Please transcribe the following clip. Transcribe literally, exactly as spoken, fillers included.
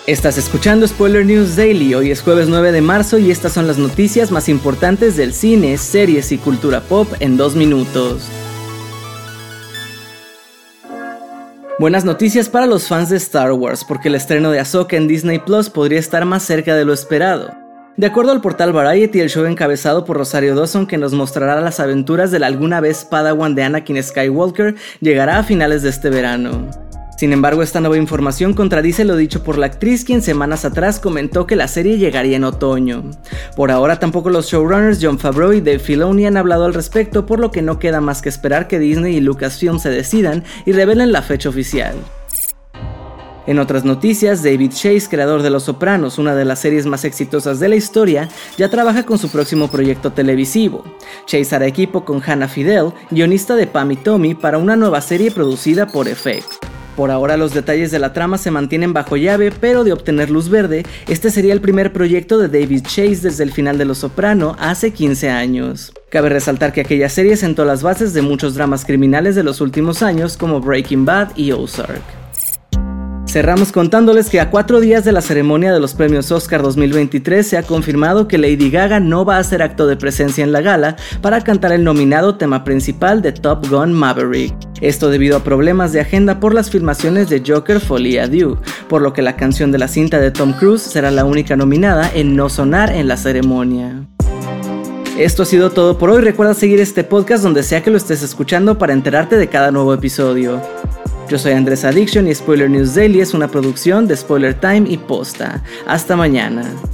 Estás escuchando Spoiler News Daily, hoy es jueves nueve de marzo y estas son las noticias más importantes del cine, series y cultura pop en dos minutos. Buenas noticias para los fans de Star Wars, porque el estreno de Ahsoka en Disney Plus podría estar más cerca de lo esperado. De acuerdo al portal Variety, el show encabezado por Rosario Dawson, que nos mostrará las aventuras del alguna vez Padawan de Anakin Skywalker, llegará a finales de este verano. Sin embargo, esta nueva información contradice lo dicho por la actriz, quien semanas atrás comentó que la serie llegaría en otoño. Por ahora tampoco los showrunners Jon Favreau y Dave Filoni han hablado al respecto, por lo que no queda más que esperar que Disney y Lucasfilm se decidan y revelen la fecha oficial. En otras noticias, David Chase, creador de Los Sopranos, una de las series más exitosas de la historia, ya trabaja con su próximo proyecto televisivo. Chase hará equipo con Hannah Fidel, guionista de Pam y Tommy, para una nueva serie producida por F X. Por ahora los detalles de la trama se mantienen bajo llave, pero de obtener luz verde, este sería el primer proyecto de David Chase desde el final de Los Soprano hace quince años. Cabe resaltar que aquella serie sentó las bases de muchos dramas criminales de los últimos años como Breaking Bad y Ozark. Cerramos contándoles que a cuatro días de la ceremonia de los premios Oscar dos mil veintitrés se ha confirmado que Lady Gaga no va a hacer acto de presencia en la gala para cantar el nominado tema principal de Top Gun Maverick. Esto debido a problemas de agenda por las filmaciones de Joker Folie à Deux, por lo que la canción de la cinta de Tom Cruise será la única nominada en no sonar en la ceremonia. Esto ha sido todo por hoy. Recuerda seguir este podcast donde sea que lo estés escuchando para enterarte de cada nuevo episodio. Yo soy Andrés Addiction y Spoiler News Daily es una producción de Spoiler Time y Posta. Hasta mañana.